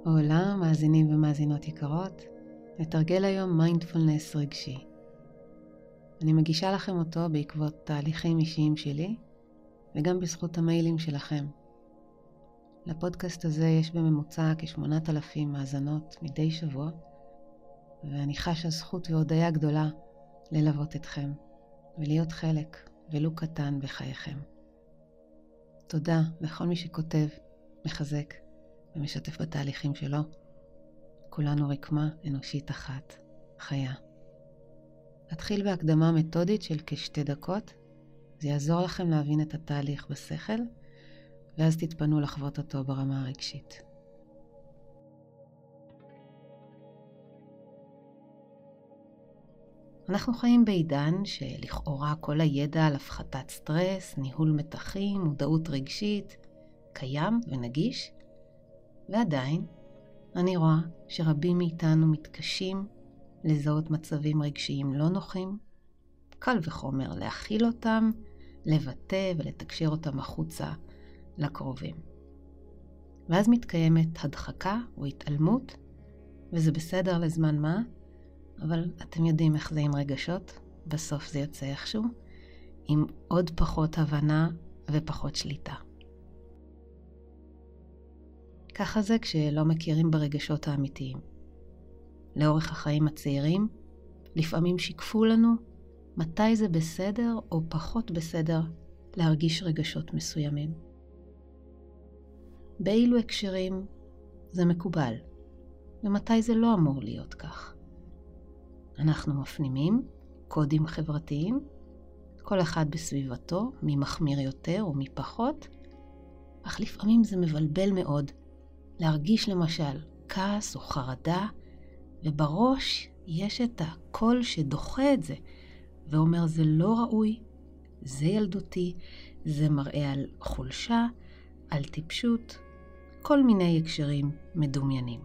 עולם, מאזינים ומאזינות יקרות, נתרגל היום מיינדפולנס רגשי. אני מגישה לכם אותו בעקבות תהליכים אישיים שלי, וגם בזכות המיילים שלכם. לפודקאסט הזה יש בממוצע כ8,000 מאזנות מדי שבוע, ואני חשה זכות והודיה גדולה ללוות אתכם, ולהיות חלק, ולו קטן בחייכם. תודה לכל מי שכותב, מחזק, ומשתף בתהליכים שלו. כולנו רקמה אנושית אחת, חיה. אתחיל בהקדמה מתודית של כ2 דקות. זה יעזור לכם להבין את התהליך בשכל, ואז תתפנו לחוות אותו ברמה הרגשית. אנחנו חיים בעידן שלכאורה כל הידע על הפחתת סטרס, ניהול מתחים, מודעות רגשית, קיים ונגיש, ועדיין אני רואה שרבים מאיתנו מתקשים לזהות מצבים רגשיים לא נוחים, קל וחומר להכיל אותם, לבטא ולתקשר אותם החוצה לקרובים. ואז מתקיימת הדחקה או התעלמות, וזה בסדר לזמן מה, אבל אתם יודעים איך זה עם רגשות, בסוף זה יוצא איכשהו, עם עוד פחות הבנה ופחות שליטה. ככה זה כשלא מכירים ברגשות האמיתיים. לאורך החיים הצעירים, לפעמים שיקפו לנו מתי זה בסדר או פחות בסדר להרגיש רגשות מסוימים. באילו הקשרים זה מקובל, ומתי זה לא אמור להיות כך. אנחנו מפנימים קודים חברתיים, כל אחד בסביבתו, מי מחמיר יותר או מי פחות, אך לפעמים זה מבלבל מאוד להרגיש למשל כעס או חרדה, ובראש יש את הקול שדוחה את זה, ואומר זה לא ראוי, זה ילדותי, זה מראה על חולשה, על טיפשות, כל מיני הקשרים מדומיינים.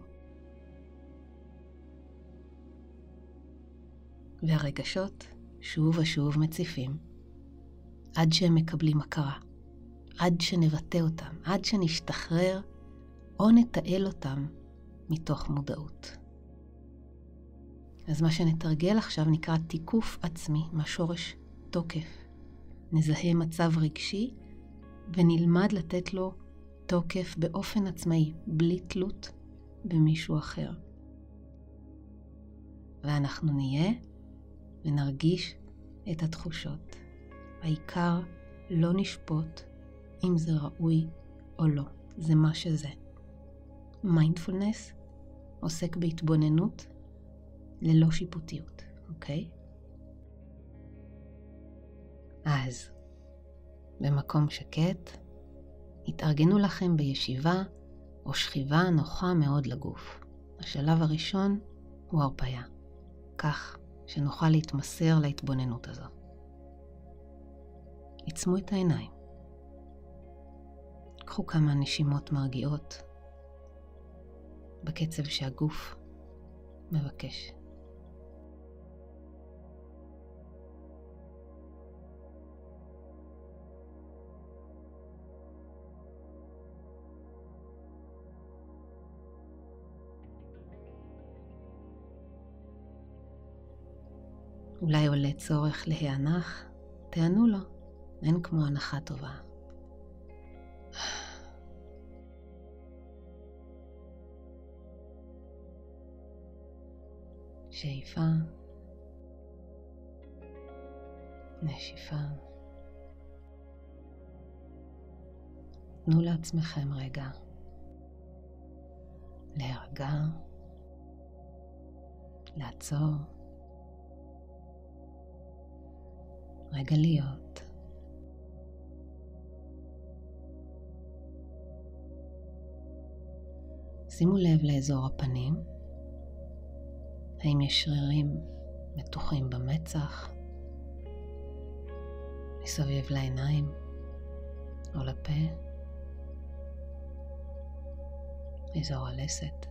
והרגשות שוב ושוב מציפים, עד שהם מקבלים הכרה, עד שנבטא אותם, עד שנשתחרר או נתעל אותם מתוך מודעות. אז מה שנתרגל עכשיו נקרא תיקוף עצמי מהשורש תוקף. נזהה מצב רגשי ונלמד לתת לו תוקף באופן עצמאי, בלי תלות במישהו אחר. ואנחנו נהיה ונרגיש את התחושות. העיקר לא נשפוט אם זה ראוי או לא, זה מה שזה. מיינדפולנס עוסק בהתבוננות ללא שיפוטיות, אוקיי? אז, במקום שקט, התארגנו לכם בישיבה או שכיבה נוחה מאוד לגוף. השלב הראשון הוא הרפיה, כך שנוכל להתמסר להתבוננות הזו. עצמו את העיניים. קחו כמה נשימות מרגיעות, בקצב שהגוף מבקש. אולי עולה צורך להיענך, תענו לו, אין כמו הנחה טובה. שאיפה, נשיפה. תנו לעצמכם רגע להירגע, לעצור, רגע להיות. שימו לב לאזור הפנים. האם יש שרירים מתוחים במצח, מסביב לעיניים או לפה, אזור הלסת.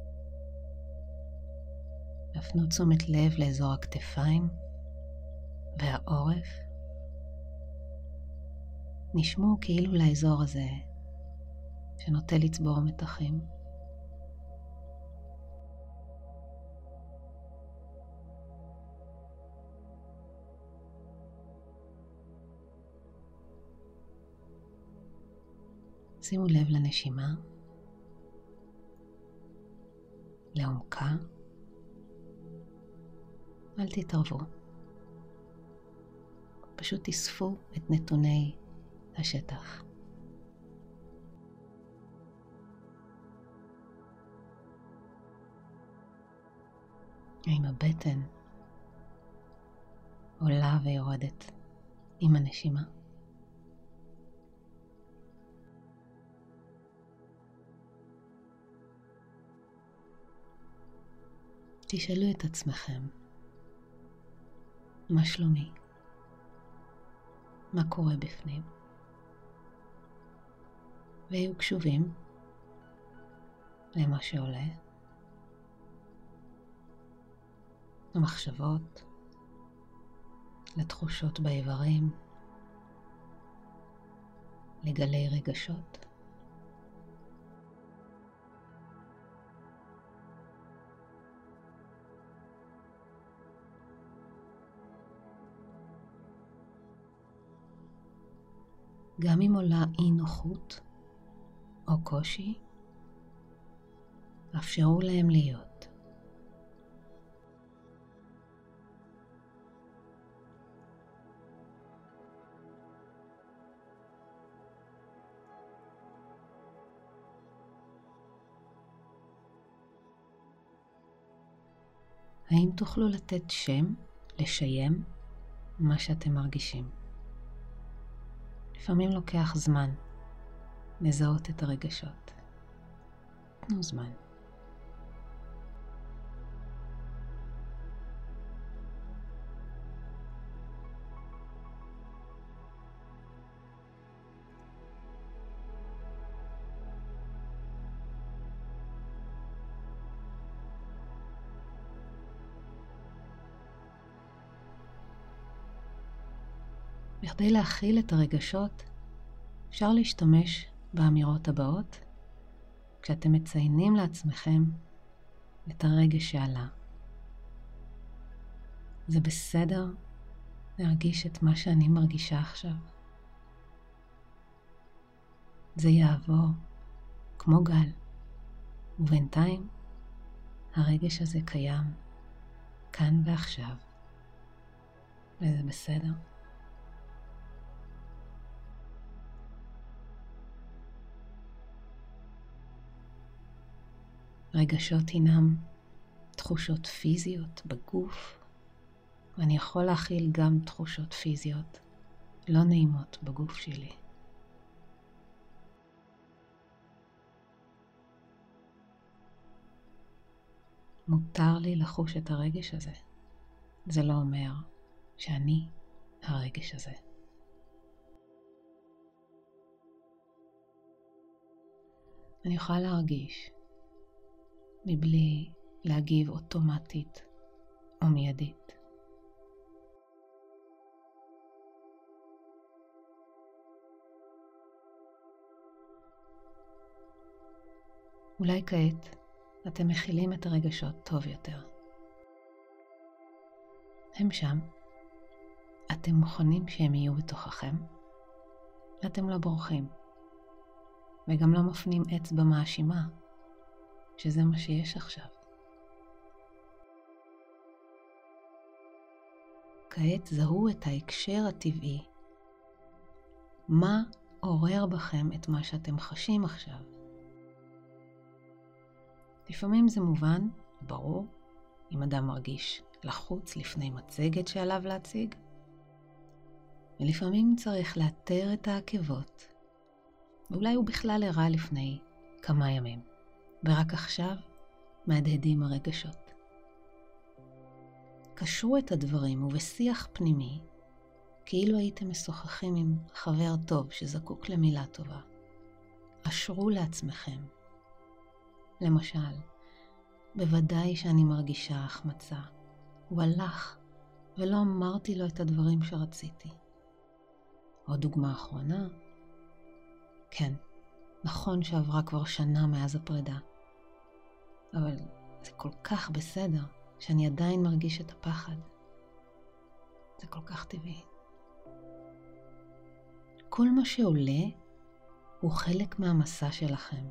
הפנו תשומת לב לאזור הכתפיים והעורף נשמו כאילו לאזור הזה שנוטה לצבור מתחים. שימו לב לנשימה, לעומקה, אל תתערבו. פשוט תספו את נתוני השטח. האם הבטן עולה ויורדת עם הנשימה? תשאלו את עצמכם, מה שלומי? מה קורה בפנים? והיו קשובים למה שעולה, למחשבות, לתחושות באיברים, לגלי רגשות. גם אם עולה אי נוחות או קושי, אפשרו להם להיות. האם תוכלו לתת שם, לשיים מה שאתם מרגישים? לפעמים לוקח זמן לזהות את הרגשות. תנו זמן. בכדי להכיל את הרגשות, אפשר להשתמש באמירות הבאות כשאתם מציינים לעצמכם את הרגש שעלה. זה בסדר להרגיש את מה שאני מרגישה עכשיו. זה יעבור כמו גל, ובינתיים הרגש הזה קיים כאן ועכשיו, וזה בסדר. רגשות הינם תחושות פיזיות בגוף, ואני יכול להכיל גם תחושות פיזיות לא נעימות בגוף שלי. מותר לי לחוש את הרגש הזה. זה לא אומר שאני הרגש הזה. אני יכולה להרגיש מבלי להגיב אוטומטית או מיידית. אולי כעת אתם מכילים את הרגשות טוב יותר. הם שם. אתם מוכנים שהם יהיו בתוככם? אתם לא בורחים. וגם לא מפנים אצבע מאשימה, שזה מה שיש עכשיו. כעת זהו את ההקשר הטבעי. מה עורר בכם את מה שאתם חשים עכשיו? לפעמים זה מובן, ברור, אם אדם מרגיש לחוץ לפני מצגת שעליו להציג, ולפעמים צריך לאתר את העקבות, ואולי הוא בכלל הראה לפני כמה ימים, ורק עכשיו מהדהדים הרגשות. קשרו את הדברים ובשיח פנימי, כאילו הייתם משוחחים עם חבר טוב שזקוק למילה טובה. אשרו לעצמכם. למשל, בוודאי שאני מרגישה החמצה. הוא הלך ולא אמרתי לו את הדברים שרציתי. עוד דוגמה אחרונה, כן, נכון שעברה כבר שנה מאז הפרידה, אבל זה כל כך בסדר שאני עדיין מרגיש את הפחד. זה כל כך טבעי. כל מה שעולה הוא חלק מהמסע שלכם.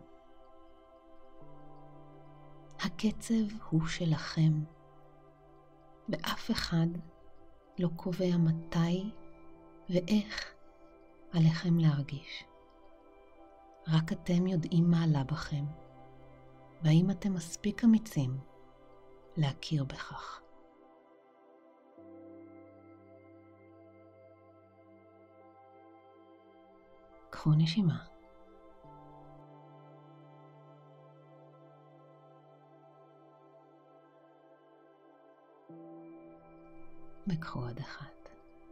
הקצב הוא שלכם, ואף אחד לא קובע מתי ואיך עליכם להרגיש. רק אתם יודעים מה עלה בכם, והאם אתם מספיק אמיצים להכיר בכך. קחו נשימה. וקחו עוד אחת.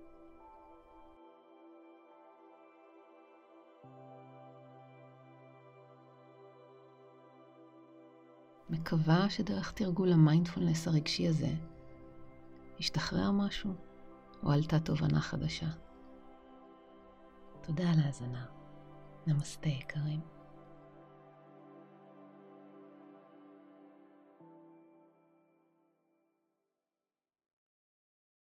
מקווה שדרך תרגול המיינדפולנס הרגשי הזה השתחרר משהו או עלתה תובנה חדשה. תודה על ההאזנה. נמסטה יקרים.